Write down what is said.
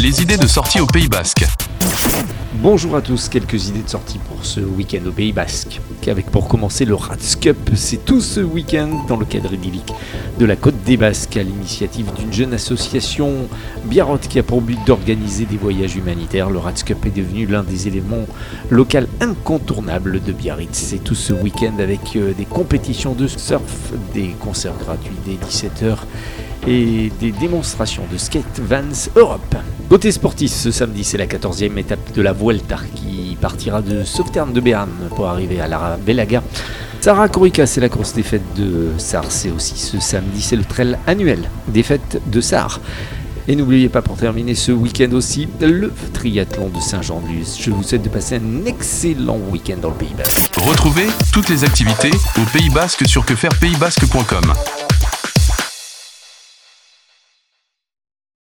les idées de sortie au Pays Basque. Bonjour à tous, quelques idées de sortie pour ce week-end au Pays Basque. Avec pour commencer le Rats Cup, c'est tout ce week-end dans le cadre idyllique de la Côte des Basques à l'initiative d'une jeune association Biarrot qui a pour but d'organiser des voyages humanitaires. Le Rats Cup est devenu l'un des éléments locaux incontournables de Biarritz. C'est tout ce week-end avec des compétitions de surf, des concerts gratuits dès 17h et des démonstrations de skate Vans Europe. Côté sportif, ce samedi, c'est la 14e étape de la Vuelta qui partira de Sauveterre de Béarn pour arriver à la Bellaga. Sarah Corica, c'est la course des fêtes de Sarre. C'est aussi ce samedi, c'est le trail annuel des fêtes de Sarre. Et n'oubliez pas, pour terminer ce week-end aussi, le triathlon de Saint-Jean-de-Luz. Je vous souhaite de passer un excellent week-end dans le Pays Basque. Retrouvez toutes les activités au Pays Basque sur quefairepayibasque.com.